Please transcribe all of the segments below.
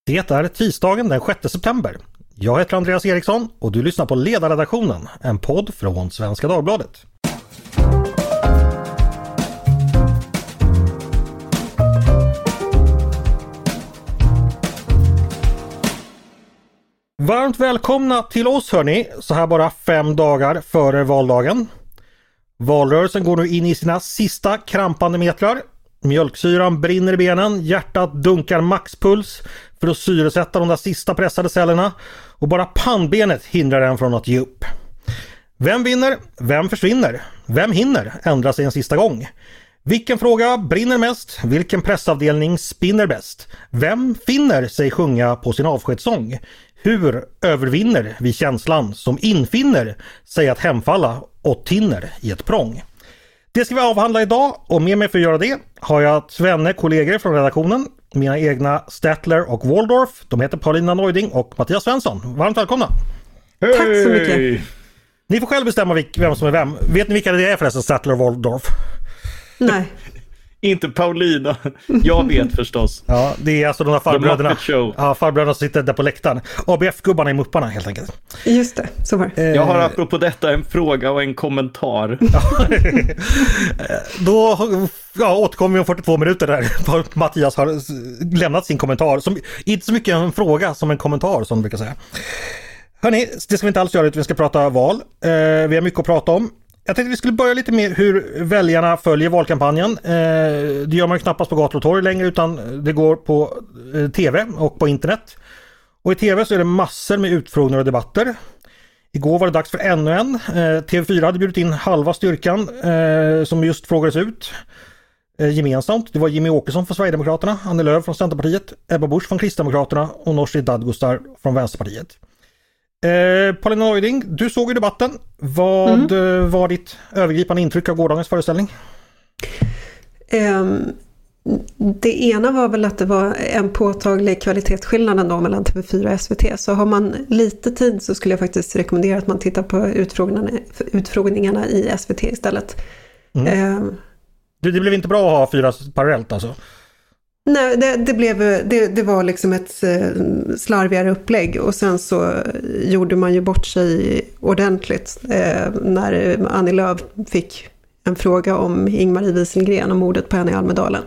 Det är tisdagen den 6 september. Jag heter Andreas Eriksson och du lyssnar på Ledarredaktionen, en podd från Svenska Dagbladet. Varmt välkomna till oss hörni, så här bara 5 dagar före valdagen. Valrörelsen går nu in i sina sista krampande metrar. Mjölksyran brinner i benen, hjärtat dunkar maxpuls för att syresätta de där sista pressade cellerna och bara pannbenet hindrar en från att ge upp. Vem vinner? Vem försvinner? Vem hinner ändra sig en sista gång? Vilken fråga brinner mest? Vilken pressavdelning spinner bäst? Vem finner sig sjunga på sin avskedssång? Hur övervinner vi känslan som infinner sig att hemfalla och tinner i ett prång? Det ska vi avhandla idag och med mig för att göra det har jag tvenne kollegor från redaktionen, mina egna Statler och Waldorf. De heter Paulina Neuding och Mattias Svensson. Varmt välkomna! Hej! Tack så mycket! Ni får själv bestämma vem som är vem. Vet ni vilka det är förresten, Statler och Waldorf? Nej. Inte Paulina. Jag vet förstås. Ja, det är alltså de där farbröderna. Ja, farbröderna som sitter där på läktaren. ABF-gubbarna i Mupparna helt enkelt. Just det, så var det. Jag har apropå detta en fråga och en kommentar. Då återkommer vi om 42 minuter där Mattias har lämnat sin kommentar. Som, inte så mycket en fråga som en kommentar som de brukar säga. Hörrni, det ska vi inte alls göra, utan vi ska prata val. Vi har mycket att prata om. Jag tänkte vi skulle börja lite med hur väljarna följer valkampanjen. Det gör man ju knappast på gator och torg längre, utan det går på tv och på internet. Och i tv så är det massor med utfrågningar och debatter. Igår var det dags för ännu en. TV4 hade bjudit in halva styrkan som just frågades ut gemensamt. Det var Jimmy Åkesson från Sverigedemokraterna, Annie Lööf från Centerpartiet, Ebba Busch från Kristdemokraterna och Nooshi Dadgostar från Vänsterpartiet. Paulina Neuding, du såg ju debatten. Vad var ditt övergripande intryck av gårdagens föreställning? Det ena var väl att det var en påtaglig kvalitetsskillnad ändå mellan TV4 och SVT. Så har man lite tid så skulle jag faktiskt rekommendera att man tittar på utfrågningarna i SVT istället. Det blev inte bra att ha 4 parallellt alltså? Nej, det var liksom ett slarvigare upplägg och sen så gjorde man ju bort sig ordentligt när Annie Lööf fick en fråga om Ingmarie Wieselgren och mordet på henne i Almedalen.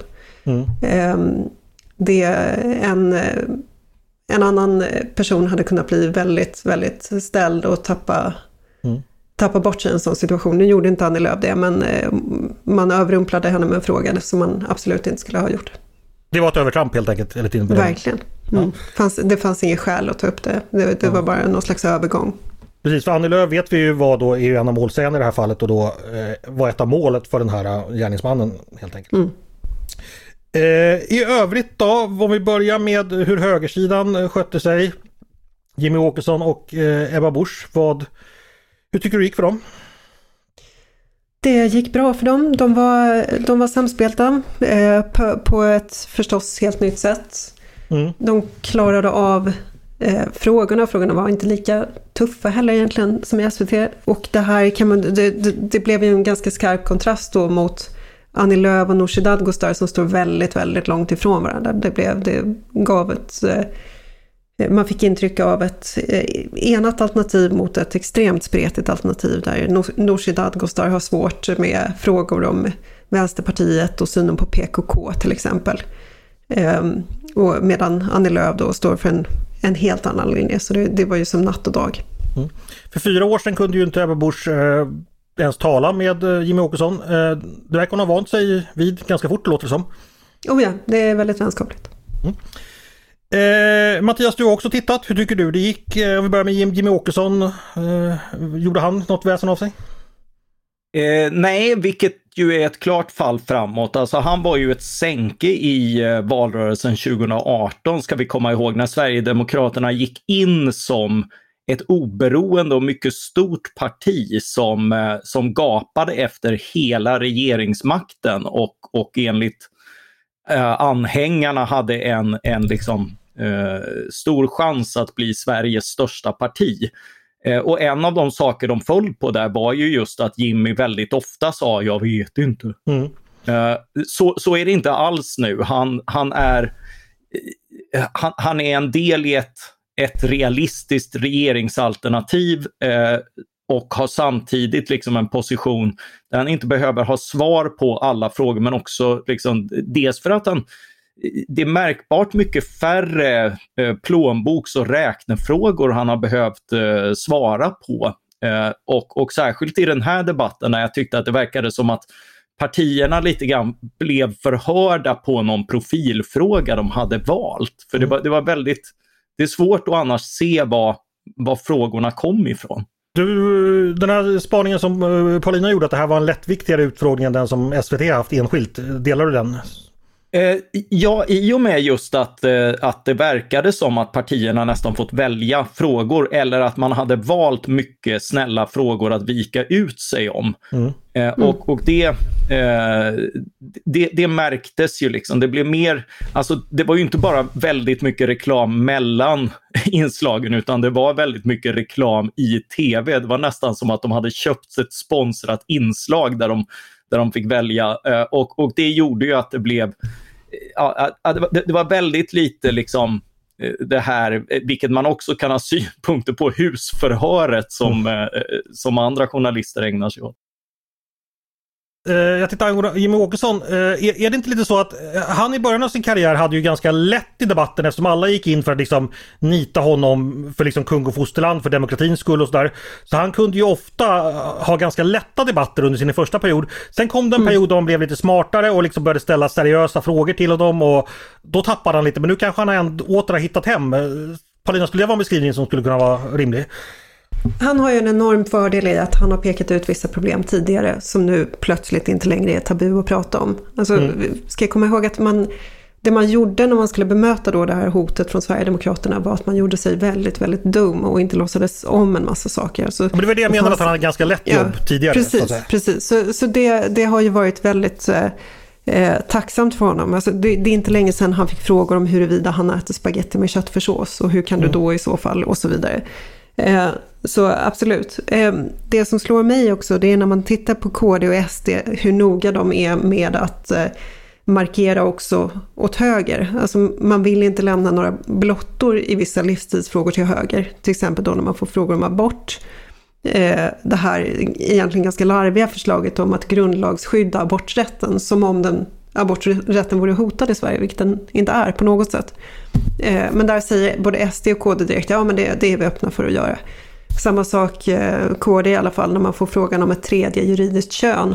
En annan person hade kunnat bli väldigt, väldigt ställd och tappa bort sig i en sån situation. Nu gjorde inte Annie Lööf det, men man överrumplade henne med en fråga som man absolut inte skulle ha gjort. Det var ett övertramp helt enkelt? Eller verkligen. Det fanns ingen skäl att ta upp det. Det var bara någon slags övergång. Precis, för Annie Lööf vet vi ju vad då är ju en av målsägarna i det här fallet och då var ett av målet för den här gärningsmannen helt enkelt. I övrigt då, om vi börjar med hur högersidan skötte sig, Jimmy Åkesson och Ebba Busch, hur tycker du gick för dem? Det gick bra för dem. De var samspelta på ett förstås helt nytt sätt. De klarade av frågorna. Frågorna var inte lika tuffa heller egentligen som i SVT. Och det här det blev ju en ganska skarp kontrast då mot Annie Lööf och Nooshi Dadgostar som står väldigt, väldigt långt ifrån varandra. Det gav man fick intryck av ett enat alternativ mot ett extremt spretigt alternativ där Nooshi Dadgostar har svårt med frågor om Vänsterpartiet och synen på PKK till exempel. Och medan Annie Lööf då står för en helt annan linje. Så det var ju som natt och dag. För 4 år sedan kunde ju inte Ebba Busch ens tala med Jimmy Åkesson. Det verkar hon ha vant sig vid ganska fort, låter det som. Oh ja, det är väldigt vänskapligt. Mattias, du har också tittat. Hur tycker du det gick? Om vi börjar med Jimmy Åkesson. Gjorde han något väsen av sig? Nej, vilket ju är ett klart fall framåt. Alltså han var ju ett sänke i valrörelsen 2018 ska vi komma ihåg, när Sverigedemokraterna gick in som ett oberoende och mycket stort parti som gapade efter hela regeringsmakten och enligt anhängarna hade en liksom stor chans att bli Sveriges största parti. Och en av de saker de föll på där var ju just att Jimmy väldigt ofta sa jag vet inte. Så är det inte alls nu. Han är han är en del i ett realistiskt regeringsalternativ och har samtidigt liksom en position där han inte behöver ha svar på alla frågor, men också liksom, dels för att det är märkbart mycket färre plånboks- och räknefrågor han har behövt svara på. Och särskilt i den här debatten när jag tyckte att det verkade som att partierna lite grann blev förhörda på någon profilfråga de hade valt. För det var väldigt, det är svårt att annars se var frågorna kom ifrån. Den här spaningen som Paulina gjorde, att det här var en lättviktigare utfrågning än den som SVT haft enskilt, delar du den? Ja, i och med just att det verkade som att partierna nästan fått välja frågor, eller att man hade valt mycket snälla frågor att vika ut sig om. Och det märktes ju liksom. Det blev mer, alltså det var ju inte bara väldigt mycket reklam mellan inslagen, utan det var väldigt mycket reklam i tv. Det var nästan som att de hade köpt ett sponsrat inslag där de fick välja, och det gjorde ju att det blev det var väldigt lite liksom det här, vilket man också kan ha synpunkter på, husförhöret som andra journalister ägnar sig åt. Jag tittar angående Jimmie Åkesson, är det inte lite så att han i början av sin karriär hade ju ganska lätt i debatten, eftersom alla gick in för att liksom nita honom för liksom kung och fosterland, för demokratins skull och sådär. Så han kunde ju ofta ha ganska lätta debatter under sin första period. Sen kom det en period då han blev lite smartare och liksom började ställa seriösa frågor till honom, och då tappade han lite, men nu kanske han åter har hittat hem. Paulina, skulle det vara en beskrivning som skulle kunna vara rimlig? Han har ju en enorm fördel i att han har pekat ut vissa problem tidigare som nu plötsligt inte längre är tabu att prata om. Alltså, ska jag komma ihåg att det man gjorde när man skulle bemöta då det här hotet från Sverigedemokraterna var att man gjorde sig väldigt, väldigt dum och inte låtsades om en massa saker. Alltså, men det var det jag menade, att han hade ganska lätt jobb tidigare. Precis. Så det har ju varit väldigt tacksamt för honom. Alltså, det är inte länge sedan han fick frågor om huruvida han äter spaghetti med köttfärssås och hur kan du då i så fall, och så vidare. Så absolut. Det som slår mig också, det är när man tittar på KD och SD, hur noga de är med att markera också åt höger. Alltså man vill inte lämna några blottor i vissa livstidsfrågor till höger. Till exempel då när man får frågor om abort. Det här egentligen ganska larviga förslaget om att grundlagsskydda aborträtten, som om aborträtten vore hotad i Sverige, vilket den inte är på något sätt. Men där säger både SD och KD direkt, ja men det är vi öppna för att göra. Samma sak KD i alla fall, när man får frågan om ett tredje juridiskt kön,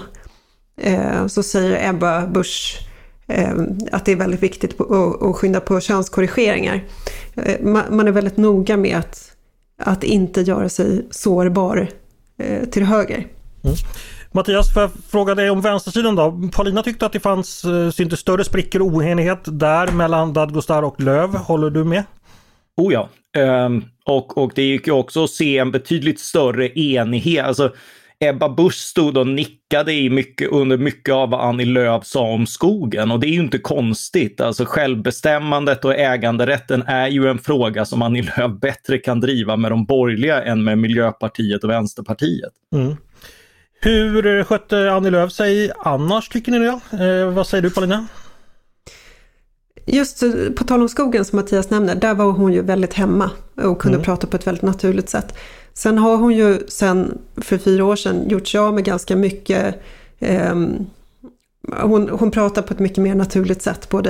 så säger Ebba Busch att det är väldigt viktigt att skynda på könskorrigeringar. Man är väldigt noga med att inte göra sig sårbar till höger. Mattias, får jag fråga dig om vänstersidan då? Paulina tyckte att det fanns inte större sprickor och oenighet där mellan Dadgostar och Lööf. Håller du med? Oh ja. Och det gick ju också att se en betydligt större enighet. Alltså Ebba Busch stod och nickade under mycket av vad Annie Lööf sa om skogen. Och det är ju inte konstigt. Alltså självbestämmandet och äganderätten är ju en fråga som Annie Lööf bättre kan driva med de borgerliga än med Miljöpartiet och Vänsterpartiet. Hur skötte Annie Lööf sig annars, tycker ni det? Vad säger du, Paulina? Just på tal om skogen som Mattias nämner, där var hon ju väldigt hemma och kunde prata på ett väldigt naturligt sätt. Sen har hon ju för 4 år sedan gjort sig av med ganska mycket. Hon pratar på ett mycket mer naturligt sätt, både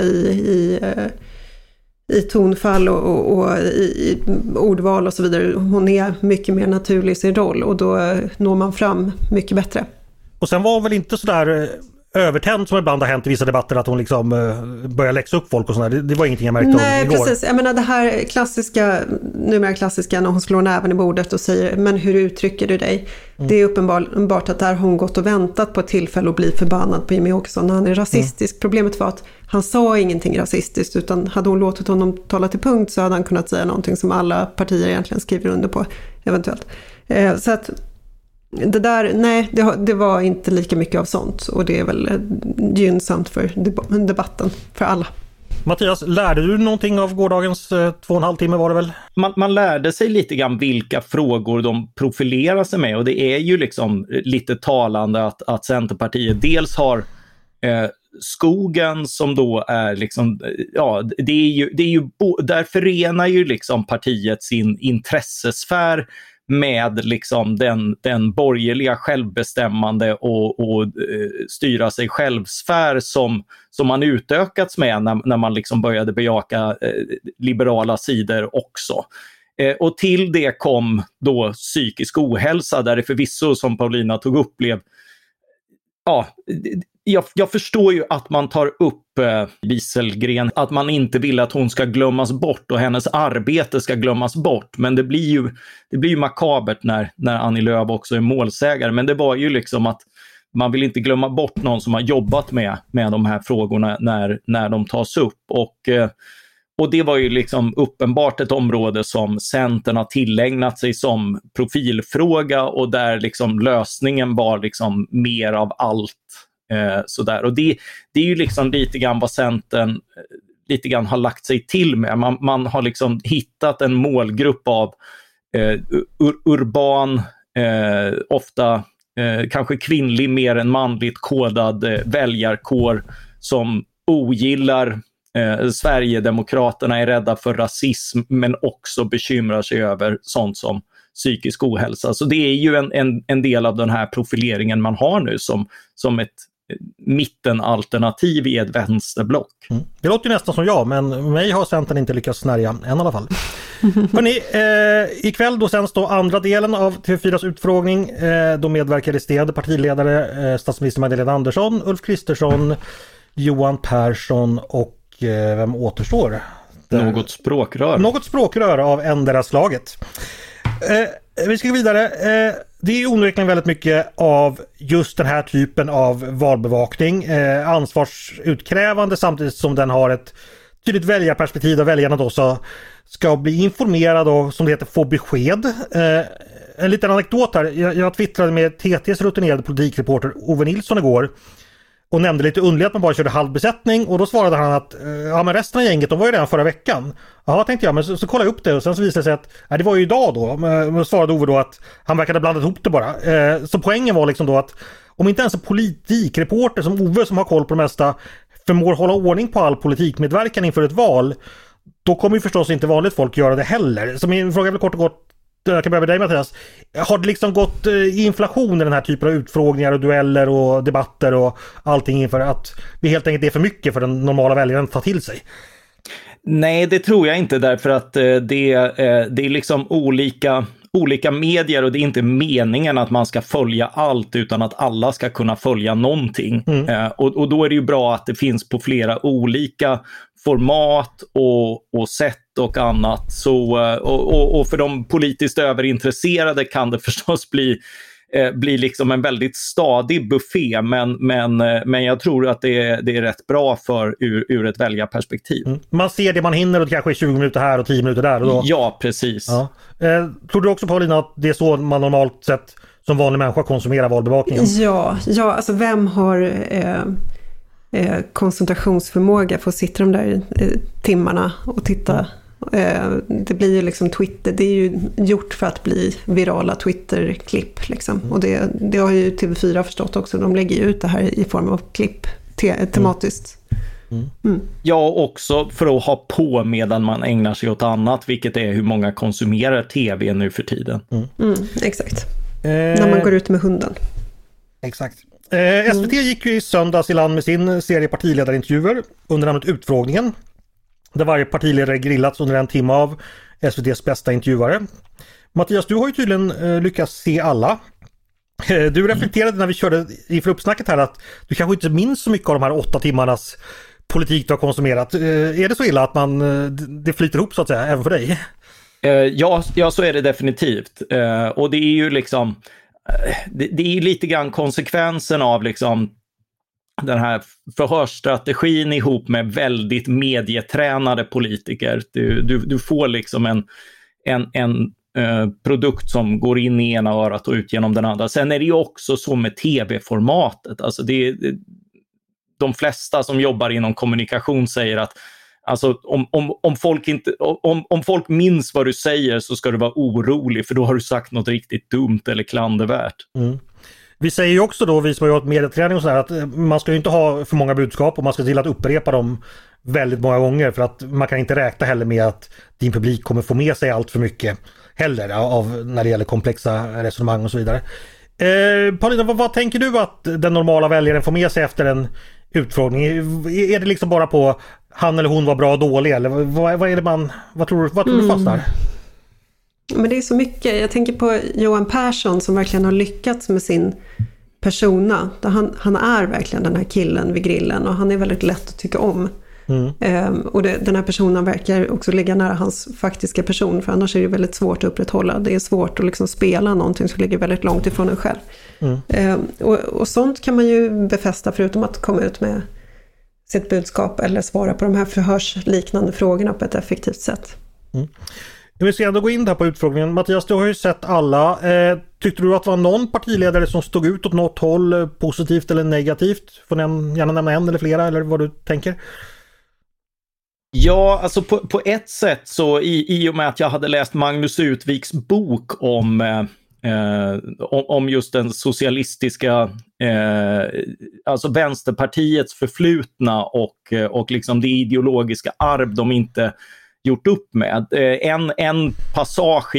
i tonfall och i ordval och så vidare. Hon är mycket mer naturlig i sin roll, och då når man fram mycket bättre. Och sen var väl inte sådär övertänd som ibland har hänt i vissa debatter, att hon liksom börjar läxa upp folk och sådär. Det var ingenting jag märkte igår. Nej, precis. Jag menar det här numera klassiska när hon slår näven i bordet och säger, men hur uttrycker du dig? Det är uppenbart att där har hon gått och väntat på ett tillfälle att bli förbannad på Jimmie Åkesson när han är rasistisk. Problemet var att han sa ingenting rasistiskt, utan hade hon låtit honom tala till punkt så hade han kunnat säga någonting som alla partier egentligen skriver under på, eventuellt. Så att det där, nej, det var inte lika mycket av sånt, och det är väl gynnsamt för debatten för alla. Mattias, lärde du någonting av gårdagens 2,5 timme var det väl? Man lärde sig lite grann vilka frågor de profilerar sig med, och det är ju liksom lite talande att Centerpartiet dels har skogen som då är liksom, ja, det är ju där förenar ju liksom partiet sin intressesfär med liksom den borgerliga självbestämmande och styra sig själv-sfär som man utökats med när man liksom började bejaka liberala sidor också. Och till det kom då psykisk ohälsa, där det förvisso, som Paulina tog upp, blev... Ja, jag förstår ju att man tar upp Wieselgren, att man inte vill att hon ska glömmas bort och hennes arbete ska glömmas bort. Men det blir ju makabert när Annie Lööf också är målsägare. Men det var ju liksom att man vill inte glömma bort någon som har jobbat med de här frågorna när de tas upp. Och det var ju liksom uppenbart ett område som Centern har tillägnat sig som profilfråga, och där liksom lösningen var liksom mer av allt. Sådär. Och det är ju liksom lite grann vad Centern lite grann har lagt sig till med. Man har liksom hittat en målgrupp av urban, ofta kanske kvinnlig mer än manligt kodad väljarkår som ogillar Sverigedemokraterna, är rädda för rasism men också bekymrar sig över sånt som psykisk ohälsa. Så det är ju en del av den här profileringen man har nu som ett mittenalternativ i ett vänsterblock. Det låter ju nästan som jag, men mig har Centern inte lyckats snärja än i alla fall. Hörrni, ikväll då sänds då andra delen av TV4s utfrågning. Då medverkar resterande partiledare, statsminister Magdalena Andersson, Ulf Kristersson, Johan Persson och vem återstår? Något språkrör av ändra slaget. Vi ska gå vidare. Det är onekligen väldigt mycket av just den här typen av valbevakning. Ansvarsutkrävande, samtidigt som den har ett tydligt väljarperspektiv där väljarna då ska bli informerade och, som det heter, få besked. En liten anekdot här. Jag twittrade med TT:s rutinerade politikreporter Ove Nilsson igår och nämnde lite underligt att man bara körde halvbesättning, och då svarade han att ja, men resten av gänget, de var ju redan förra veckan. Ja, tänkte jag, men så kollade jag upp det och sen så visade det sig att det var ju idag då. Men svarade Ove då att han verkade blandat ihop det bara. Så poängen var liksom då att om inte ens en politikreporter som Ove, som har koll på det mesta, förmår hålla ordning på all politikmedverkan inför ett val, då kommer ju förstås inte vanligt folk göra det heller. Så min fråga är väl kort och gott, jag kan börja med dig, Mattias. Har det liksom gått inflation i den här typen av utfrågningar och dueller och debatter och allting inför att det helt enkelt är för mycket för den normala väljaren att ta till sig? Nej, det tror jag inte, därför att det är liksom olika medier, och det är inte meningen att man ska följa allt utan att alla ska kunna följa någonting. Och då är det ju bra att det finns på flera olika format och sätt och annat. Så, och för de politiskt överintresserade kan det förstås bli liksom en väldigt stadig buffé, men jag tror att det är rätt bra ur ett väljarperspektiv. Man ser det man hinner, och det kanske är 20 minuter här och 10 minuter där. Och då... Ja, precis. Ja. Tror du också, Paulina, att det är så man normalt sett som vanlig människa konsumerar valbevakningen? Ja, alltså vem har koncentrationsförmåga för att sitta de där timmarna och titta? Det blir ju liksom Twitter, det är ju gjort för att bli virala Twitter-klipp liksom. Och det har ju TV4 förstått också, de lägger ju ut det här i form av klipp tematiskt. Ja, också för att ha på medan man ägnar sig åt annat, vilket är hur många konsumerar tv nu för tiden. Exakt. När man går ut med hunden. Exakt. SVT gick ju i söndags i land med sin serie partiledarintervjuer under namnet Utfrågningen, där varje partiledare grillats under en timme av SVT:s bästa intervjuare. Mattias, du har ju tydligen lyckats se alla. Du reflekterade när vi körde inför uppsnacket här att du kanske inte minns så mycket av de här 8 timmarnas politik du har konsumerat. Är det så illa att det flyter ihop så att säga, även för dig? Ja, så är det definitivt. Och det är ju liksom det är lite grann konsekvensen av liksom den här förhörsstrategin ihop med väldigt medietränade politiker. Du får liksom en produkt som går in i ena örat och ut genom den andra. Sen är det ju också så med tv-formatet. Alltså de flesta som jobbar inom kommunikation säger att alltså, om folk minns vad du säger så ska du vara orolig, för då har du sagt något riktigt dumt eller klandervärt. Vi säger ju också då, vi som har gjort medieträning och sådär, att man ska ju inte ha för många budskap och man ska till att upprepa dem väldigt många gånger, för att man kan inte räkna heller med att din publik kommer få med sig allt för mycket heller av när det gäller komplexa resonemang och så vidare. Paulina, vad tänker du att den normala väljaren får med sig efter en utfrågning? Är det liksom bara på han eller hon var bra och dålig, eller vad är det vad tror du fast där? Men det är så mycket. Jag tänker på Johan Persson som verkligen har lyckats med sin persona. Han är verkligen den här killen vid grillen och han är väldigt lätt att tycka om. Och den här personen verkar också ligga nära hans faktiska person, för annars är det väldigt svårt att upprätthålla. Det är svårt att liksom spela någonting som ligger väldigt långt ifrån en själv. Och sånt kan man ju befästa, förutom att komma ut med sitt budskap eller svara på de här förhörsliknande frågorna på ett effektivt sätt. Vi ska ändå gå in där på utfrågningen. Mattias, du har ju sett alla. Tyckte du att det var någon partiledare som stod ut åt något håll, positivt eller negativt? Får gärna nämna en eller flera, eller vad du tänker? Ja, alltså på ett sätt så i och med att jag hade läst Magnus Utviks bok om just den socialistiska, alltså Vänsterpartiets förflutna och liksom det ideologiska arv de inte gjort upp med. En passage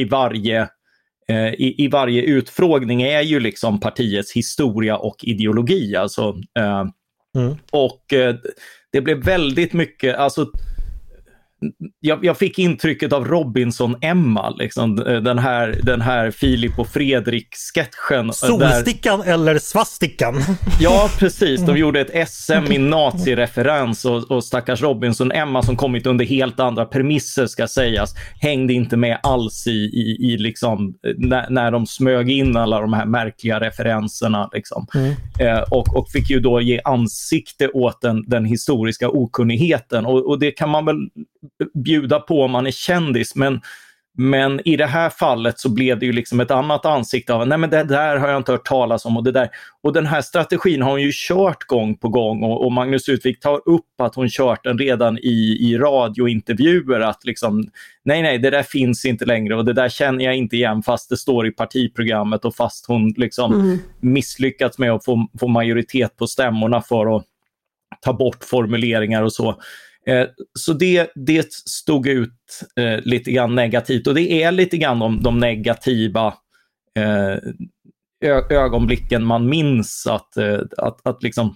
i varje utfrågning är ju liksom partiets historia och ideologi. Alltså, och det blev väldigt mycket, alltså jag fick intrycket av Robinson-Emma, liksom, den här Filip och Fredrik-sketchen. Solstickan eller svastickan? Ja, precis. De gjorde ett SM i nazireferens och stackars Robinson-Emma som kommit under helt andra premisser, ska sägas, hängde inte med alls i liksom, när de smög in alla de här märkliga referenserna. Liksom. Och fick ju då ge ansikte åt den historiska okunnigheten. Och det kan man väl bjuda på om man är kändis, men i det här fallet så blev det ju liksom ett annat ansikte av nej, men det där har jag inte hört talas om, och den här strategin har hon ju kört gång på gång, och Magnus Utvik tar upp att hon kört den redan i radiointervjuer, att liksom nej, det där finns inte längre och det där känner jag inte igen, fast det står i partiprogrammet och fast hon liksom misslyckats med att få majoritet på stämmorna för att ta bort formuleringar och så. Så det stod ut lite grann negativt, och det är lite grann de negativa ögonblicken man minns, att liksom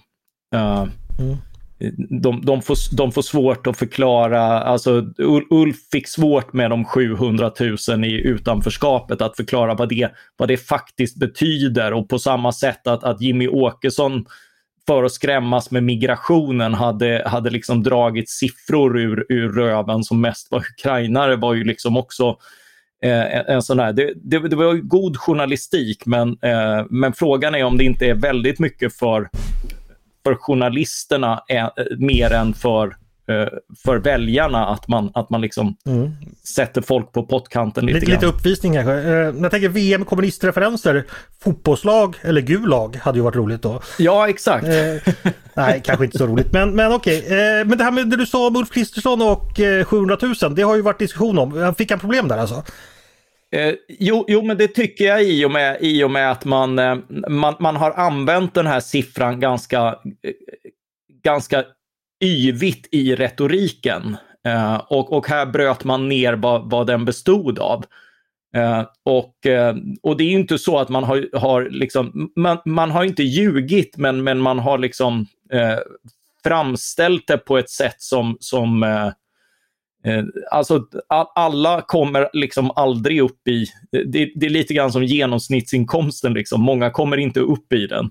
de får svårt att förklara, alltså Ulf fick svårt med de 700 000 i utanförskapet att förklara vad det faktiskt betyder, och på samma sätt att Jimmy Åkesson för att skrämmas med migrationen hade liksom dragit siffror ur röven som mest var ukrainare, var ju liksom också en sån här, det var god journalistik, men frågan är om det inte är väldigt mycket för journalisterna mer än för väljarna, att man liksom sätter folk på pottkanten lite uppvisning kanske. Jag tänker VM kommunistreferenser, fotbollslag eller gullag hade ju varit roligt då. Ja, exakt. Nej, kanske inte så roligt, men okej. Men det här med det du sa om Ulf Kristersson och 700 000, det har ju varit diskussion om. Fick han problem där alltså? Jo, men det tycker jag i och med att man har använt den här siffran ganska yvigt i retoriken, och här bröt man ner vad den bestod av, och det är ju inte så att man har liksom, man har inte ljugit, men man har liksom framställt det på ett sätt som alltså alla kommer liksom aldrig upp i det är lite grann som genomsnittsinkomsten, liksom. Många kommer inte upp i den,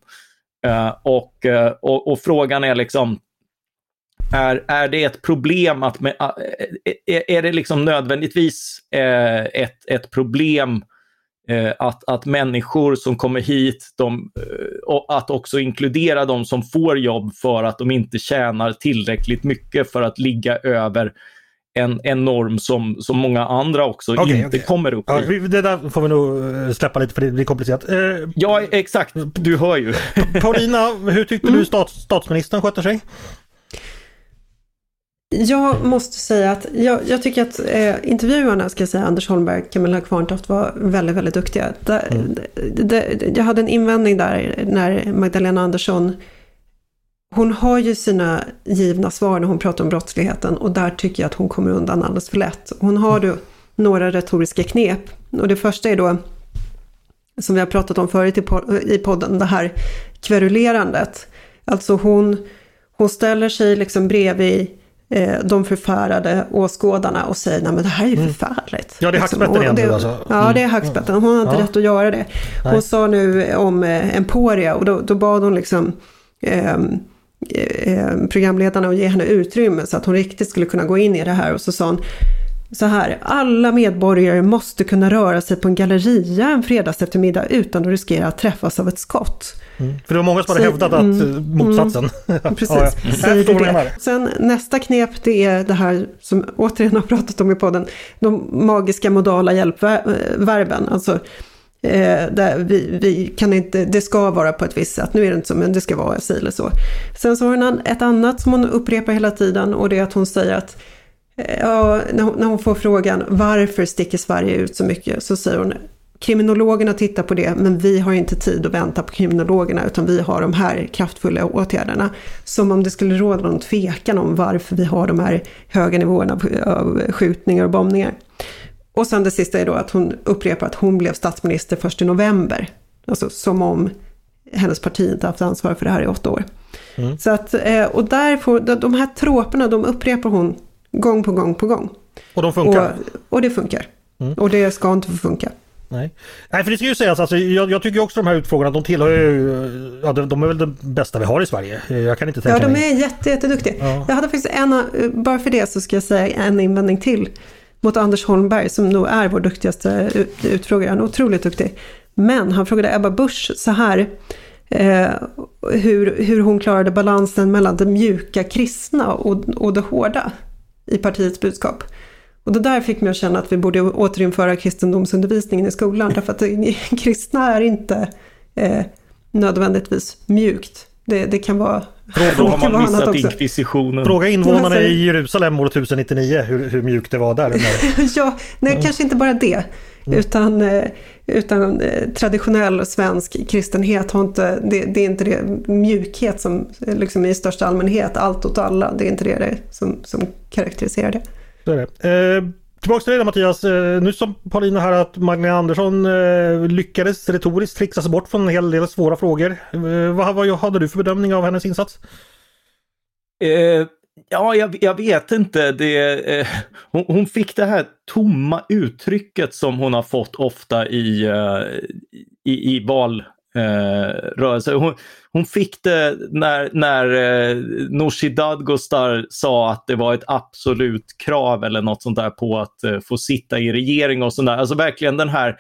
och frågan är liksom, är det ett problem är det liksom nödvändigtvis ett problem att människor som kommer hit, att också inkludera de som får jobb för att de inte tjänar tillräckligt mycket för att ligga över en norm som många andra också inte kommer upp i. Ja, det där får vi nog släppa lite, för det blir komplicerat. Ja, exakt. Du hör ju. Paulina, hur tyckte du statsministern sköter sig? Jag måste säga att jag tycker att intervjuarna, ska jag säga, Anders Holmberg och Camilla Kvarntoft var väldigt, väldigt duktiga. Jag hade en invändning där när Magdalena Andersson, hon har ju sina givna svar när hon pratar om brottsligheten, och där tycker jag att hon kommer undan alldeles för lätt. Hon har då några retoriska knep, och det första är då, som vi har pratat om förut i podden, det här kverulerandet. Alltså hon ställer sig liksom bredvid de förfärade åskådarna och säger, nej men det här är ju förfärligt. Ja, det är hackspetten egentligen alltså. Ja, det är hackspetten. Hon har inte rätt att göra det. Hon Nej. Sa nu om Emporia, och då bad hon liksom programledarna att ge henne utrymme så att hon riktigt skulle kunna gå in i det här, och så sa hon så här: alla medborgare måste kunna röra sig på en galleria en fredags eftermiddag utan att riskera att träffas av ett skott. För det var många som hade hävdat att motsatsen. Precis, säger du det. Sen nästa knep, det är det här som återigen har pratat om i podden, de magiska modala hjälpverben. Alltså där vi kan inte, det ska vara på ett visst sätt, nu är det inte så, men det ska vara si eller så. Sen så har hon ett annat som hon upprepar hela tiden, och det är att hon säger att när hon får frågan varför sticker Sverige ut så mycket, så säger hon: kriminologerna tittar på det, men vi har inte tid att vänta på kriminologerna, utan vi har de här kraftfulla åtgärderna. Som om det skulle råda någon tvekan om varför vi har de här höga nivåerna av skjutningar och bombningar. Och sen det sista är då att hon upprepar att hon blev statsminister först i november. Alltså som om hennes parti inte haft ansvar för det här i 8 år. Så att, och de här troperna, de upprepar hon gång på gång på gång. Och de funkar. Och det funkar. Och det ska inte få funka. Nej, för det ska ju sägas, alltså, jag tycker också de här utfrågorna, de tillhör ju, de är väl det bästa vi har i Sverige. Jag kan inte tänka mig. De är jätteduktiga. Ja. Jag hade faktiskt bara för det så ska jag säga en invändning till mot Anders Holmberg, som nog är vår duktigaste utfrågare. Han är otroligt duktig. Men han frågade Ebba Busch så här, hur hon klarade balansen mellan det mjuka kristna och det hårda i partiets budskap. Och det där fick mig att känna att vi borde återinföra kristendomsundervisningen i skolan, därför att kristna är inte nödvändigtvis mjukt. Det kan vara... Då har man missat inkvisitionen. Fråga invånarna i Jerusalem år 1099 hur mjukt det var där. Ja, nej, kanske inte bara det. Utan traditionell svensk kristenhet har inte, det är inte det mjukhet som liksom i största allmänhet, allt åt alla, det är inte det som karaktäriserar det. Så är det. Tillbaka till dig då, Mattias. Nu som Paulina här att Magdalena Andersson lyckades retoriskt trixa sig bort från en hel del svåra frågor. Vad hade du för bedömning av hennes insats? Ja, jag vet inte. Hon fick det här tomma uttrycket som hon har fått ofta i valrörelser. Hon fick det när Nooshi Dadgostar sa att det var ett absolut krav eller något sånt där på att få sitta i regering och sånt där. Alltså verkligen den här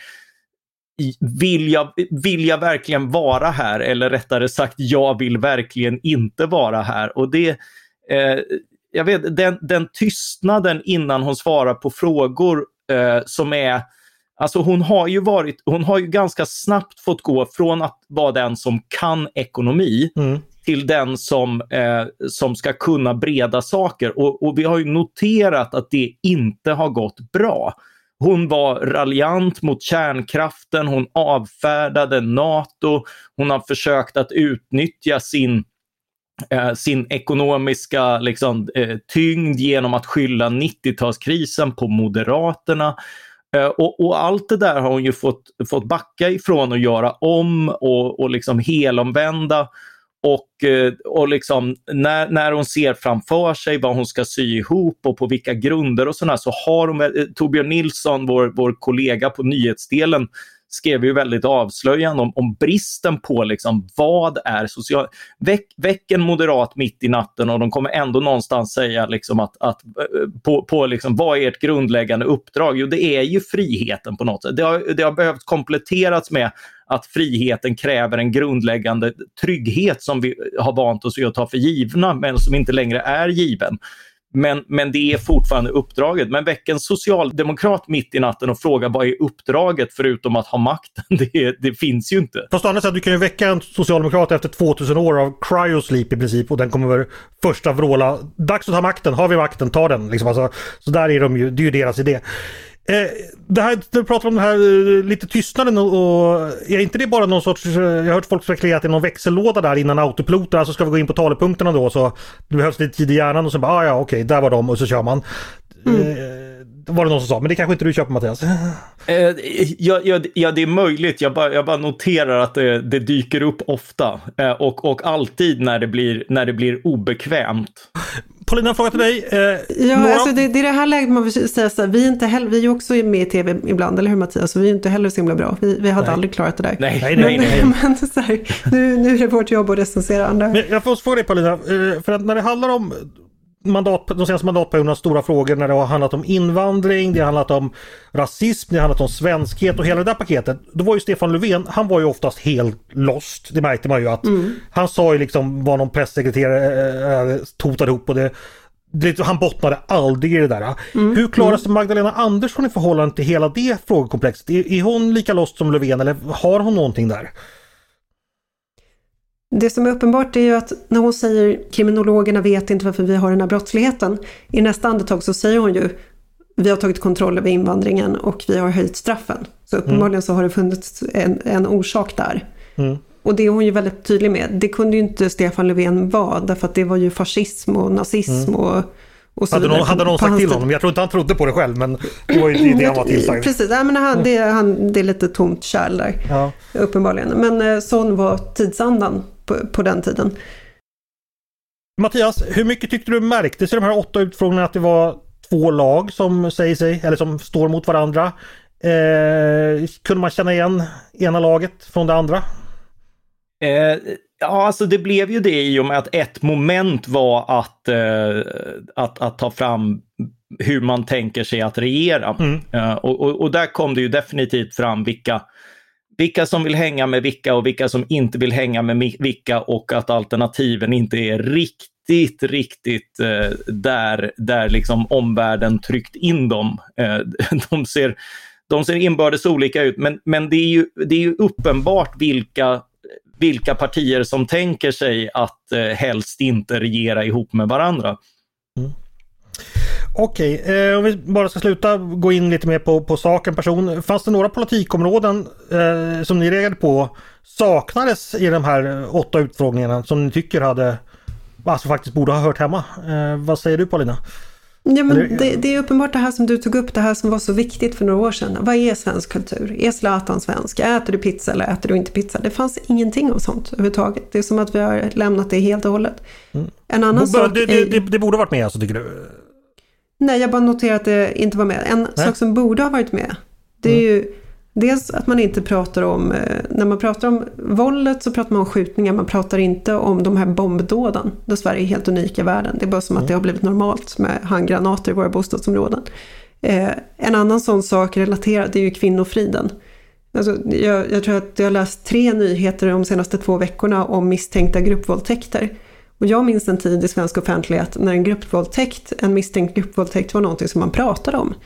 vill jag verkligen vara här, eller rättare sagt jag vill verkligen inte vara här. Och det jag vet, den tystnaden innan hon svarar på frågor som är, alltså hon har ju ganska snabbt fått gå från att vara den som kan ekonomi till den som ska kunna breda saker. Och vi har ju noterat att det inte har gått bra. Hon var raljant mot kärnkraften, hon avfärdade NATO, hon har försökt att utnyttja sin ekonomiska tyngd genom att skylla 90-talskrisen på Moderaterna. Och allt det där har hon ju fått backa ifrån och göra om och liksom helomvända. Och liksom när hon ser framför sig vad hon ska sy ihop och på vilka grunder och sådär, så har hon, Torbjörn Nilsson, vår kollega på nyhetsdelen, skrev ju väldigt avslöjande om bristen på liksom, vad är social... Väck en moderat mitt i natten och de kommer ändå någonstans säga liksom att på liksom, vad är ert grundläggande uppdrag? Jo, det är ju friheten på något sätt. Det har behövt kompletterats med att friheten kräver en grundläggande trygghet som vi har vant oss att ta för givna, men som inte längre är given. Men det är fortfarande uppdraget. Men väck en socialdemokrat mitt i natten och fråga vad är uppdraget förutom att ha makten? Det finns ju inte. Fast annars, du kan ju väcka en socialdemokrat efter 2000 år av cryosleep i princip och den kommer första vråla. Dags att ta makten, har vi makten, ta den. Liksom, alltså, så där är de ju, det är ju deras idé. Det här, du pratar om den här lite tystnaden och är inte det bara någon sorts, jag har hört folk spekulera att det är någon växellåda där innan autopiloten, alltså ska vi gå in på talepunkterna då så det behövs lite tid i hjärnan och så bara, okej, där var de och så kör man. Var det någon som sa, men det kanske inte du köper, Mattias? Ja, det är möjligt. Jag bara noterar att det dyker upp ofta och alltid när det blir obekvämt. Paulina, fråga till dig. Alltså det är det här läget man vill säga så här, vi är inte heller, vi är också med i tv ibland, eller hur Mattias? Så vi är inte heller så himla bra. Vi hade aldrig klarat det där. Nej. Men så här, nu är det vårt jobb att recensera andra. Men jag får fråga dig, Paulina, för att när det handlar om de senaste mandatperiodernas stora frågor, när det har handlat om invandring, det har handlat om rasism, det har handlat om svenskhet och hela det där paketet, då var ju Stefan Löfven, han var ju oftast helt lost. Det märkte man ju att han sa ju liksom vad någon presssekreterare totade ihop och han bottnade aldrig i det där. Hur klarar sig Magdalena Andersson i förhållande till hela det frågekomplexet? Är hon lika lost som Löfven eller har hon någonting där? Det som är uppenbart är ju att när hon säger kriminologerna vet inte varför vi har den här brottsligheten, i nästa andetag så säger hon ju vi har tagit kontroll över invandringen och vi har höjt straffen. Så uppenbarligen så har det funnits en orsak där. Och det är hon ju väldigt tydlig med. Det kunde ju inte Stefan Löfven vara, därför att det var ju fascism och nazism och så vidare. Hade någon sagt till honom? Jag tror inte han trodde på det själv, men det var ju det han var tillsagd. Precis, men det är lite tomt kärl där, uppenbarligen. Men sån var tidsandan på den tiden. Mattias, hur mycket tyckte du märktes i de här 8 utfrågningarna att det var 2 lag som säger sig, eller som står mot varandra? Kunde man känna igen ena laget från det andra? Ja, alltså det blev ju det i och med att ett moment var att ta fram hur man tänker sig att regera. Och där kom det ju definitivt fram vilka som vill hänga med vilka och vilka som inte vill hänga med vilka, och att alternativen inte är riktigt där liksom omvärlden tryckt in dem. De ser inbördes olika ut, men det är ju uppenbart vilka partier som tänker sig att helst inte regera ihop med varandra. Okej, om vi bara ska sluta gå in lite mer på saken person. Fanns det några politikområden som ni reagerade på saknades i de här 8 utfrågningarna som ni tycker faktiskt borde ha hört hemma? Vad säger du, Paulina? Ja, men det är uppenbart det här som du tog upp, det här som var så viktigt för några år sedan. Vad är svensk kultur? Är Zlatan svensk? Äter du pizza eller äter du inte pizza? Det fanns ingenting av sånt överhuvudtaget. Det är som att vi har lämnat det helt och hållet. En annan sak det borde varit med, alltså, tycker du? Nej, jag bara noterar att det inte var med. En sak som borde ha varit med, det är ju dels att man inte pratar om, när man pratar om våldet så pratar man om skjutningar, man pratar inte om de här bombdåden där Sverige är helt unik i världen. Det är bara som att det har blivit normalt med handgranater i våra bostadsområden. En annan sån sak relaterad är ju kvinnofriden. Alltså, jag tror att jag har läst 3 nyheter de senaste 2 veckorna om misstänkta gruppvåldtäkter. Och jag minns en tid i svensk offentlighet när en misstänkt gruppvåldtäkt var någonting som man pratade om.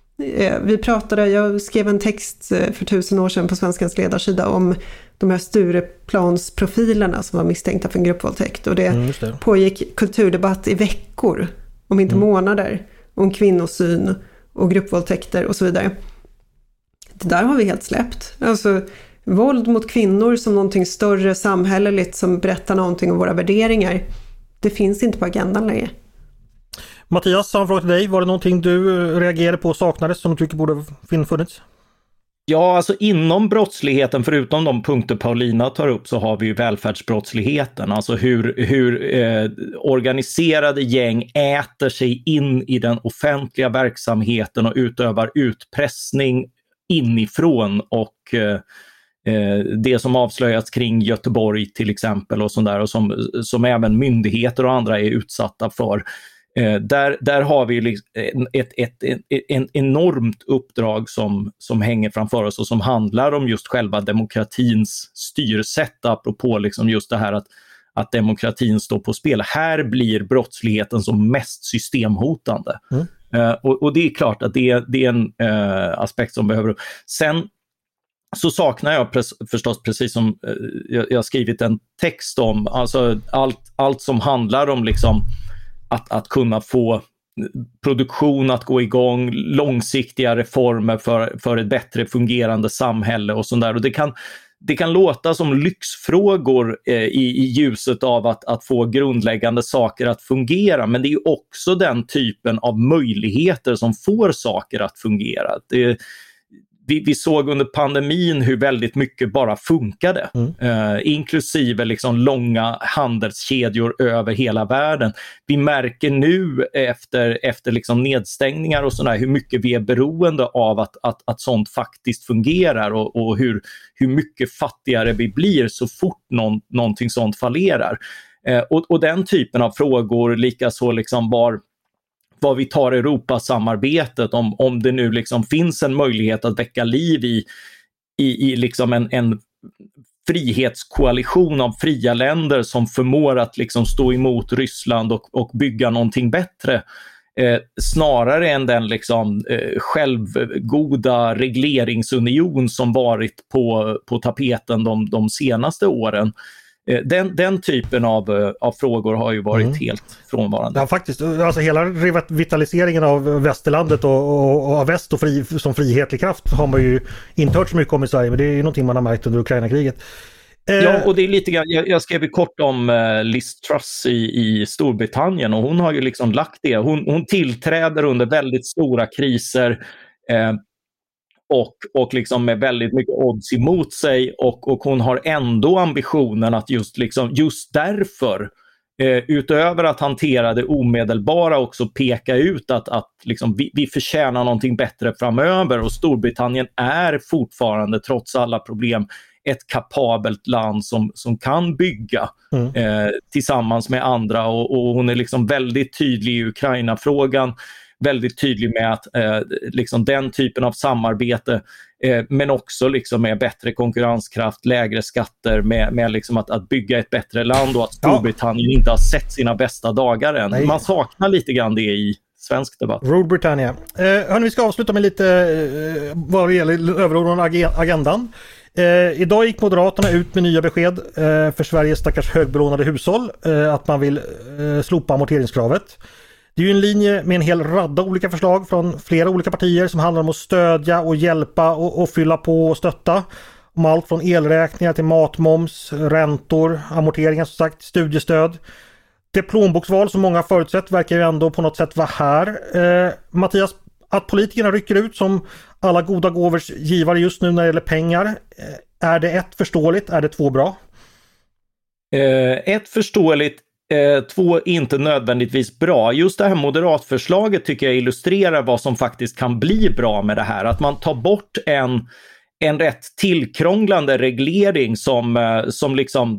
Jag skrev en text för 1000 år sedan på Svenskans ledarsida om de här Stureplansprofilerna som var misstänkta för en gruppvåldtäkt. Och det pågick kulturdebatt i veckor, om inte månader, om kvinnosyn och gruppvåldtäkter och så vidare. Det där har vi helt släppt. Alltså våld mot kvinnor som någonting större samhälleligt som berättar någonting om våra värderingar, det finns inte på agendan längre. Mattias, samma fråga till dig. Var det någonting du reagerade på och saknades som du tycker borde funnits? Ja, alltså inom brottsligheten, förutom de punkter Paulina tar upp, så har vi ju välfärdsbrottsligheten. Alltså hur organiserade gäng äter sig in i den offentliga verksamheten och utövar utpressning inifrån, och det som avslöjats kring Göteborg till exempel och sånt där, och som även myndigheter och andra är utsatta för. Där har vi ett enormt uppdrag som hänger framför oss och som handlar om just själva demokratins styrsätt, apropå liksom just det här att demokratin står på spel. Här blir brottsligheten som mest systemhotande. Och det är klart att det är en aspekt som behöver. Sen så saknar jag förstås, precis som jag har skrivit en text om, alltså allt som handlar om liksom att kunna få produktion att gå igång, långsiktiga reformer för ett bättre fungerande samhälle och sånt där. Och det kan låta som lyxfrågor i ljuset av att få grundläggande saker att fungera, men det är också den typen av möjligheter som får saker att fungera. Vi såg under pandemin hur väldigt mycket bara funkade, inklusive liksom långa handelskedjor över hela världen. Vi märker nu efter liksom nedstängningar och sådär hur mycket vi är beroende av att sånt faktiskt fungerar och hur mycket fattigare vi blir så fort någonting sånt fallerar. Och den typen av frågor, likaså liksom vad vi tar Europasamarbetet, om det nu liksom finns en möjlighet att väcka liv i liksom en frihetskoalition av fria länder som förmår att liksom stå emot Ryssland och bygga någonting bättre, snarare än den liksom självgoda regleringsunion som varit på tapeten de senaste åren. Den typen av frågor har ju varit helt frånvarande. Ja, faktiskt. Alltså hela revitaliseringen av västerlandet och av väst och som frihetlig kraft har man ju inte hört så mycket om i Sverige, men det är ju någonting man har märkt under Ukraina-kriget. Ja, och det är lite grann, jag skrev kort om Liz Truss i Storbritannien, och hon har ju liksom lagt det. Hon tillträder under väldigt stora kriser och liksom med väldigt mycket odds emot sig, och hon har ändå ambitionen att just därför utöver att hantera det omedelbara också peka ut att liksom vi förtjänar någonting bättre framöver, och Storbritannien är fortfarande trots alla problem ett kapabelt land som kan bygga tillsammans med andra, och hon är liksom väldigt tydlig i Ukraina-frågan, väldigt tydlig med att liksom den typen av samarbete, men också liksom med bättre konkurrenskraft, lägre skatter, med liksom att bygga ett bättre land, och att Storbritannien inte har sett sina bästa dagar än. Nej. Man saknar lite grann det i svensk debatt. Rule Britannia. Vi ska avsluta med lite vad det gäller överordnade agendan. Idag gick Moderaterna ut med nya besked för Sveriges stackars högbelånade hushåll, att man vill slopa amorteringskravet. Det är ju en linje med en hel radda olika förslag från flera olika partier som handlar om att stödja och hjälpa och fylla på och stötta. Om allt från elräkningar till matmoms, räntor, amorteringar, som sagt, studiestöd. Det plånboksval som många förutsett verkar ju ändå på något sätt vara här. Mattias, att politikerna rycker ut som alla goda gåvors givare just nu när det gäller pengar, är det ett förståeligt, är det två bra? Ett förståeligt, två inte nödvändigtvis bra. Just det här moderatförslaget tycker jag illustrerar vad som faktiskt kan bli bra med det här. Att man tar bort en rätt tillkrånglande reglering som liksom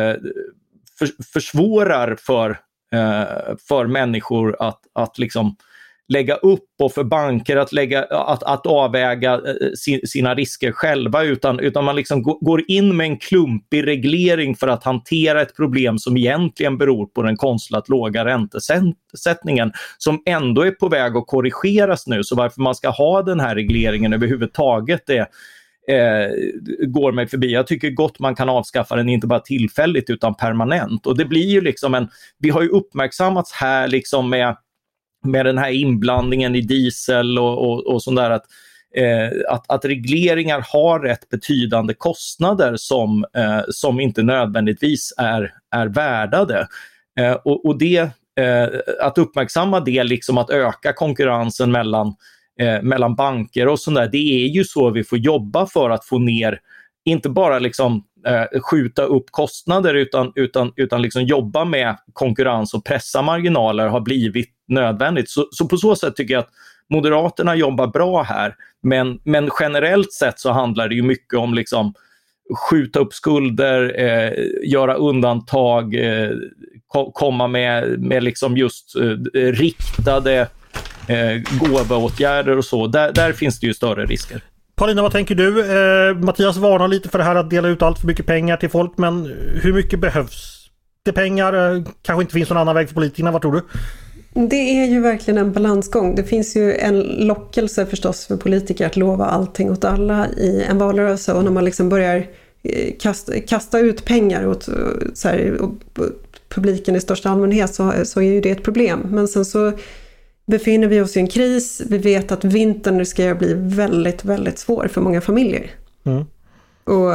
försvårar för människor att liksom lägga upp, och för banker att avväga sina risker själva, utan man liksom går in med en klumpig reglering för att hantera ett problem som egentligen beror på den konstlat låga räntesättningen, som ändå är på väg att korrigeras nu. Så varför man ska ha den här regleringen överhuvudtaget, det går mig förbi. Jag tycker gott man kan avskaffa den, inte bara tillfälligt utan permanent. Och det blir ju liksom vi har ju uppmärksammats här liksom med den här inblandningen i diesel och sånt där, att regleringar har rätt betydande kostnader som inte nödvändigtvis är värdade. Och det, att uppmärksamma det, liksom att öka konkurrensen mellan banker och sånt där, det är ju så vi får jobba för att få ner, inte bara liksom skjuta upp kostnader utan liksom jobba med konkurrens och pressa marginaler har blivit nödvändigt. Så på så sätt tycker jag att Moderaterna jobbar bra här, men generellt sett så handlar det ju mycket om liksom skjuta upp skulder, göra undantag, komma med liksom just riktade gåvoåtgärder och så. Där finns det ju större risker. Paulina, vad tänker du? Mattias varnar lite för det här att dela ut allt för mycket pengar till folk, men hur mycket behövs skattepengar, kanske inte finns någon annan väg för politikerna, vad tror du? Det är ju verkligen en balansgång. Det finns ju en lockelse förstås för politiker att lova allting åt alla i en valrörelse, och när man liksom börjar kasta ut pengar åt så här, publiken i största allmänhet så är ju det ett problem. Men sen så befinner vi oss i en kris. Vi vet att vintern riskerar att bli väldigt, väldigt svår för många familjer. Och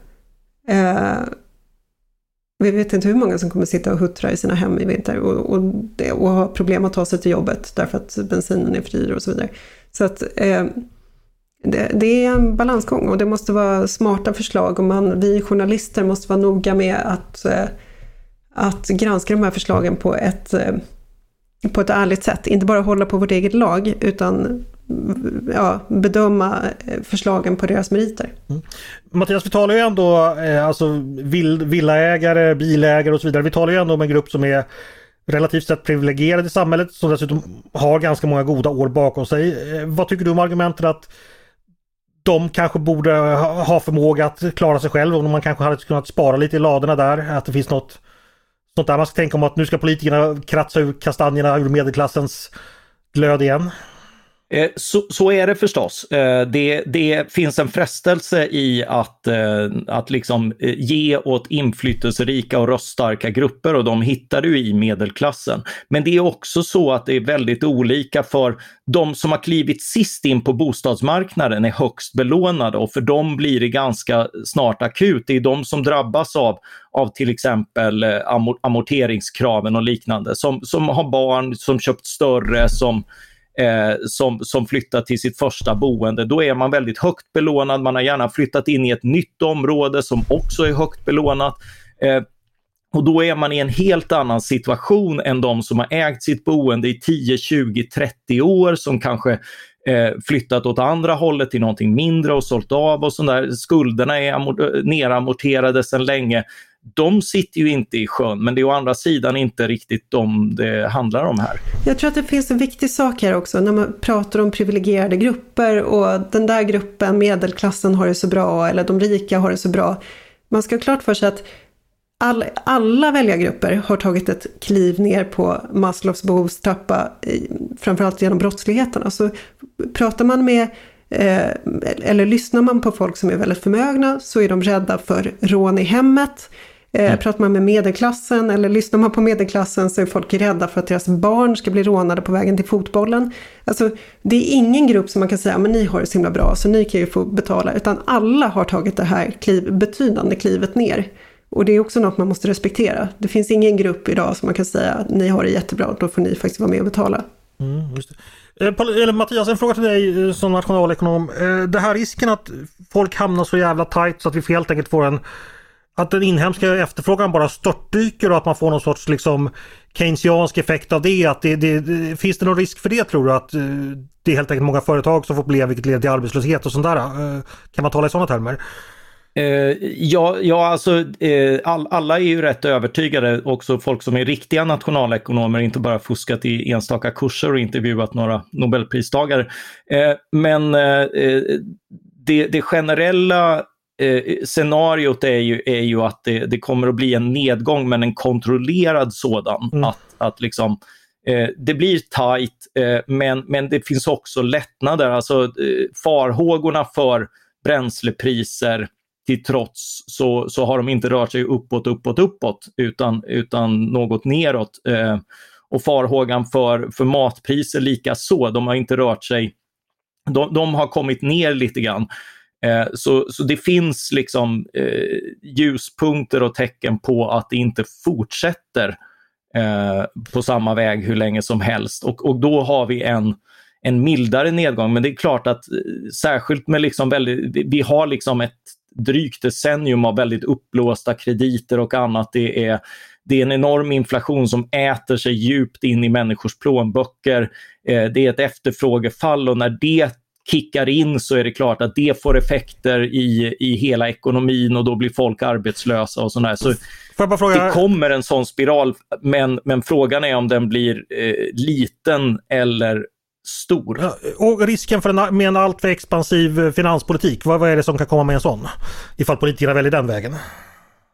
vi vet inte hur många som kommer sitta och huttra i sina hem i vinter och ha problem att ta sig till jobbet därför att bensinen är för dyr och så vidare. Så att det är en balansgång, och det måste vara smarta förslag, och vi journalister måste vara noga med att granska de här förslagen på ett ärligt sätt. Inte bara hålla på vårt eget lag, utan bedöma förslagen på deras meriter. Mattias, vi talar ju ändå alltså villaägare, bilägare och så vidare. Vi talar ju ändå om en grupp som är relativt sett privilegierad i samhället, som dessutom har ganska många goda år bakom sig. Vad tycker du om argumentet att de kanske borde ha förmåga att klara sig själv, och man kanske hade kunnat spara lite i ladorna där, att det finns något sånt där man ska tänka om, att nu ska politikerna kratsa ur kastanjerna ur medelklassens glöd igen? Så är det förstås. Det finns en frestelse i att liksom ge åt inflytelserika och röststarka grupper, och de hittar du i medelklassen. Men det är också så att det är väldigt olika, för de som har klivit sist in på bostadsmarknaden är högst belånade, och för dem blir det ganska snart akut. Det är de som drabbas av till exempel amorteringskraven och liknande, som har barn, som köpt större, som flyttar till sitt första boende. Då är man väldigt högt belånad. Man har gärna flyttat in i ett nytt område som också är högt belånat. Och då är man i en helt annan situation än de som har ägt sitt boende i 10, 20, 30 år, som kanske flyttat åt andra hållet till någonting mindre och sålt av och sådär. Skulderna är neramorterade sedan länge. De sitter ju inte i sjön, men det är å andra sidan inte riktigt det handlar om här. Jag tror att det finns en viktig sak här också när man pratar om privilegierade grupper, och den där gruppen, medelklassen, har det så bra, eller de rika har det så bra. Man ska ha klart för sig att alla väljargrupper har tagit ett kliv ner på Maslows behovstrappa, framförallt genom brottsligheten. Alltså, pratar man med eller lyssnar man på folk som är väldigt förmögna, så är de rädda för rån i hemmet. Pratar man med medelklassen eller lyssnar man på medelklassen, så är folk rädda för att deras barn ska bli rånade på vägen till fotbollen. Alltså, det är ingen grupp som man kan säga, men ni har det så himla bra så ni kan ju få betala, utan alla har tagit det här betydande klivet ner. Och det är också något man måste respektera. Det finns ingen grupp idag som man kan säga att ni har det jättebra, då får ni faktiskt vara med och betala. Just det. Mattias, en fråga till dig som nationalekonom. Det här risken att folk hamnar så jävla tajt så att vi helt enkelt får att den inhemska efterfrågan bara störtdyker, och att man får någon sorts liksom keynesiansk effekt av det. Att finns det någon risk för det, tror du? Att det är helt enkelt många företag som får problem, vilket leder till arbetslöshet och sånt där. Kan man tala i sådana termer? Alla är ju rätt övertygade, också folk som är riktiga nationalekonomer, inte bara fuskat i enstaka kurser och intervjuat några Nobelpristagare. Men det generella scenariot är ju att det kommer att bli en nedgång, men en kontrollerad sådan. Att liksom det blir tajt, men det finns också lättnader. Alltså farhågorna för bränslepriser till trots, så har de inte rört sig uppåt utan något neråt. Och farhågan för matpriser lika så, de har inte rört sig, de har kommit ner lite grann. Så det finns liksom ljuspunkter och tecken på att det inte fortsätter på samma väg hur länge som helst. Och då har vi en mildare nedgång, men det är klart att särskilt med liksom vi har liksom ett drygt decennium av väldigt uppblåsta krediter och annat. Det är en enorm inflation som äter sig djupt in i människors plånböcker. Det är ett efterfrågefall, och när det kickar in så är det klart att det får effekter i hela ekonomin, och då blir folk arbetslösa och sådär. Så det kommer en sån spiral, men frågan är om den blir liten eller stor. Och risken med en alltför expansiv finanspolitik, vad är det som kan komma med en sån? Ifall politikerna väljer den vägen?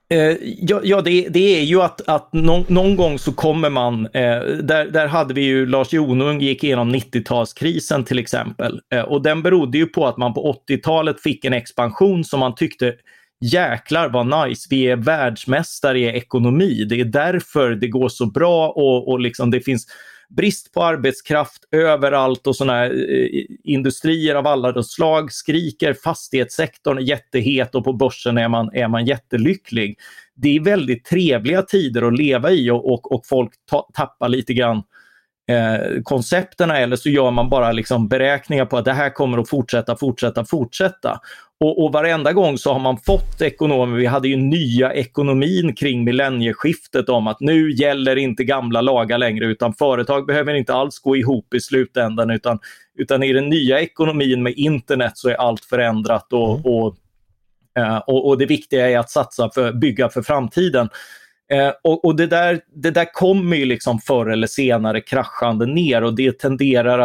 Det är ju att någon gång så kommer man, där hade vi ju Lars Jonung gick igenom 90-talskrisen till exempel, och den berodde ju på att man på 80-talet fick en expansion som man tyckte jäklar vad nice, vi är världsmästare i ekonomi, det är därför det går så bra och liksom det finns brist på arbetskraft överallt och såna här, industrier av alla slag skriker, fastighetssektorn är jättehet och på börsen är man jättelycklig. Det är väldigt trevliga tider att leva i och folk tappar lite grann koncepterna, eller så gör man bara liksom beräkningar på att det här kommer att fortsätta. Och varenda gång så har man fått ekonomer, vi hade ju nya ekonomin kring millennieskiftet om att nu gäller inte gamla lagar längre, utan företag behöver inte alls gå ihop i slutändan, utan i den nya ekonomin med internet så är allt förändrat och det viktiga är att bygga för framtiden. Och det där kommer ju liksom förr eller senare kraschande ner, och det tenderar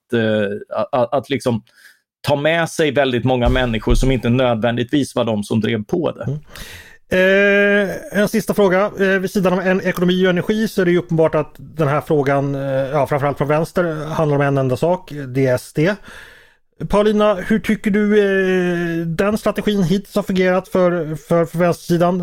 att liksom ta med sig väldigt många människor som inte nödvändigtvis var de som drev på det. En sista fråga. Vid sidan av ekonomi och energi så är det ju uppenbart att den här frågan, framförallt från vänster, handlar om en enda sak. Det är SD. Paulina, hur tycker du den strategin hittills har fungerat för vänstersidan?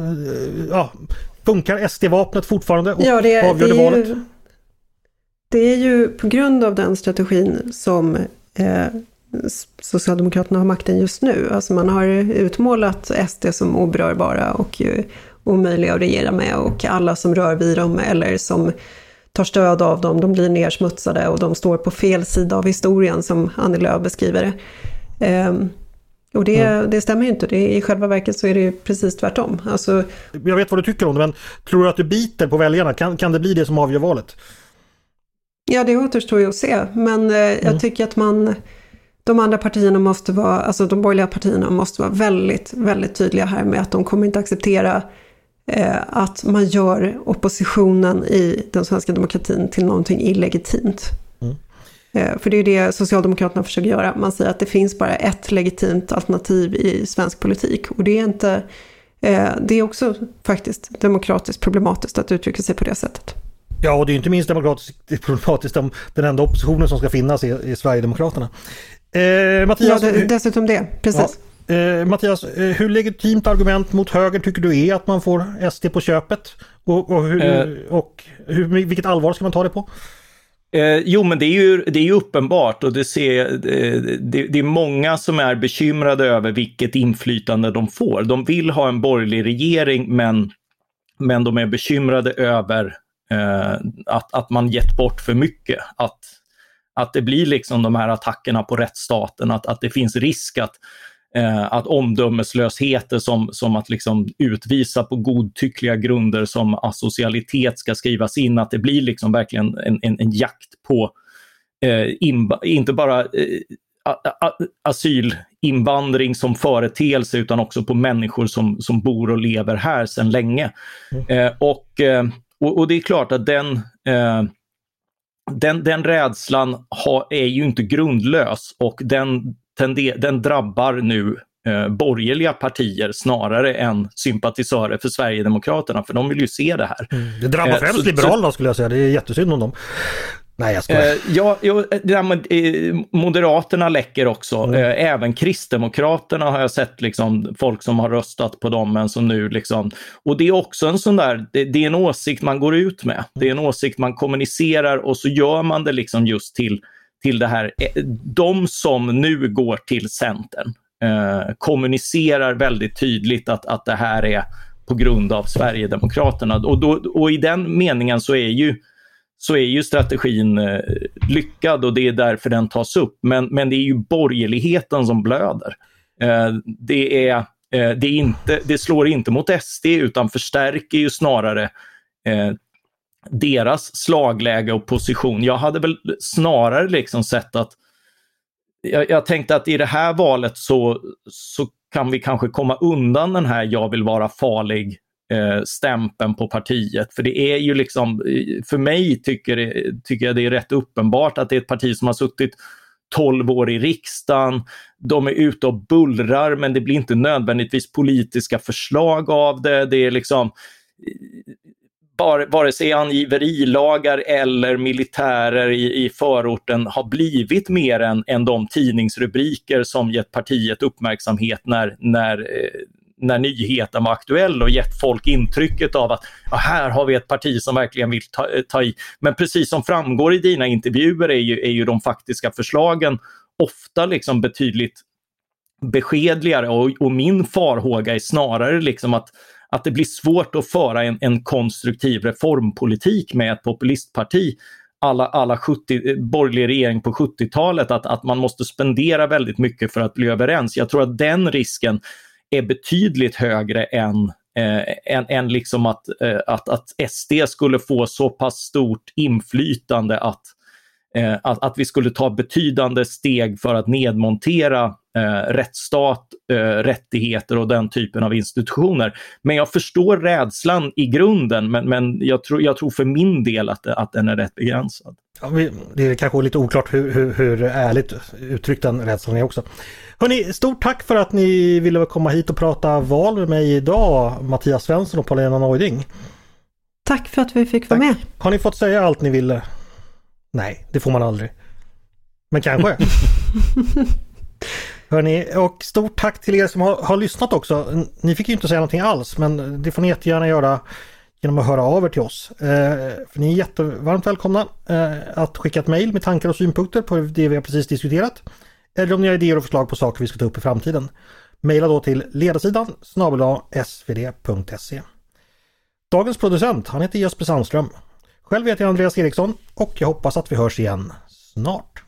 Funkar SD-vapnet fortfarande och avgör det valet? Det är ju på grund av den strategin som Socialdemokraterna har makten just nu. Alltså man har utmålat SD som oberörbara och omöjliga att regera med, och alla som rör vid dem eller som tar stöd av dem, de blir nersmutsade och de står på fel sida av historien, som Annie Lööf beskriver det. Och det stämmer ju inte. I själva verket så är det precis tvärtom. Alltså, jag vet vad du tycker om det, men tror du att du biter på väljarna? Kan det bli det som avgör valet? Ja, det återstår ju att se. Men jag tycker att de andra partierna måste vara, alltså de borgerliga partierna måste vara väldigt, väldigt tydliga här med att de kommer inte acceptera att man gör oppositionen i den svenska demokratin till någonting illegitimt. För det är det Socialdemokraterna försöker göra. Man säger att det finns bara ett legitimt alternativ i svensk politik, och det är inte det är också faktiskt demokratiskt problematiskt att uttrycka sig på det sättet. Ja, och det är inte minst demokratiskt problematiskt om den enda oppositionen som ska finnas i Sverigedemokraterna. Mattias, ja, dessutom det, precis. Ja, Mattias, hur legitimt argument mot höger tycker du är att man får SD på köpet? Vilket allvar ska man ta det på? Jo, men det är ju uppenbart, och det är många som är bekymrade över vilket inflytande de får. De vill ha en borgerlig regering, men de är bekymrade över att man gett bort för mycket. Att det blir liksom de här attackerna på rättsstaten, att det finns risk att omdömeslösheter som att liksom utvisa på godtyckliga grunder som asocialitet ska skrivas in, att det blir liksom verkligen en jakt på inte bara asylinvandring som företeelse, utan också på människor som bor och lever här sedan länge. Och det är klart att den rädslan är ju inte grundlös, och den drabbar nu borgerliga partier snarare än sympatisörer för Sverigedemokraterna, för de vill ju se det här. Det drabbar främst Liberalerna skulle jag säga, det är jättesynd om dem. Nej, jag skojar. Moderaterna läcker också. Även Kristdemokraterna har jag sett liksom, folk som har röstat på dem, men som nu liksom, och det är också en sån där, det är en åsikt man går ut med. Det är en åsikt man kommunicerar, och så gör man det liksom just till det här. De som nu går till Centern kommunicerar väldigt tydligt att det här är på grund av Sverigedemokraterna. Och i den meningen så är ju strategin lyckad, och det är därför den tas upp. Men det är ju borgerligheten som blöder. Det slår inte mot SD, utan förstärker ju snarare deras slagläge och position. Jag hade väl snarare liksom sett att jag tänkte att i det här valet så kan vi kanske komma undan den här jag vill vara farlig stämpeln på partiet. För det är ju liksom, för mig tycker jag det är rätt uppenbart att det är ett parti som har suttit 12 år i riksdagen, de är ute och bullrar men det blir inte nödvändigtvis politiska förslag av det. Det är liksom vare sig angiverilagar eller militärer i förorten har blivit mer än de tidningsrubriker som gett partiet uppmärksamhet när nyheten var aktuell och gett folk intrycket av att här har vi ett parti som verkligen vill ta i. Men precis som framgår i dina intervjuer är ju de faktiska förslagen ofta liksom betydligt beskedligare och min farhåga är snarare liksom att det blir svårt att föra en konstruktiv reformpolitik med ett populistparti alla borgerlig regering på 70-talet, att man måste spendera väldigt mycket för att bli överens. Jag tror att den risken är betydligt högre än liksom att SD skulle få så pass stort inflytande att vi skulle ta betydande steg för att nedmontera rättsstat, rättigheter och den typen av institutioner. Men jag förstår rädslan i grunden, men jag tror för min del att den är rätt begränsad. Ja, det är kanske lite oklart hur ärligt uttryckt den rädslan är också. Hörrni, stort tack för att ni ville komma hit och prata val med mig idag, Mattias Svensson och Paulina Neuding. Tack för att vi fick vara med. Har ni fått säga allt ni ville? Nej, det får man aldrig. Men kanske. Hörrni, och stort tack till er som har lyssnat också. Ni fick ju inte säga någonting alls, men det får ni jättegärna göra genom att höra av er till oss. För ni är jättevarmt välkomna att skicka ett mejl med tankar och synpunkter på det vi har precis diskuterat. Eller om ni har idéer och förslag på saker vi ska ta upp i framtiden. Mejla då till ledarsidan@svd.se. Dagens producent, han heter Jesper Sandström. Själv heter jag Andreas Eriksson och jag hoppas att vi hörs igen snart.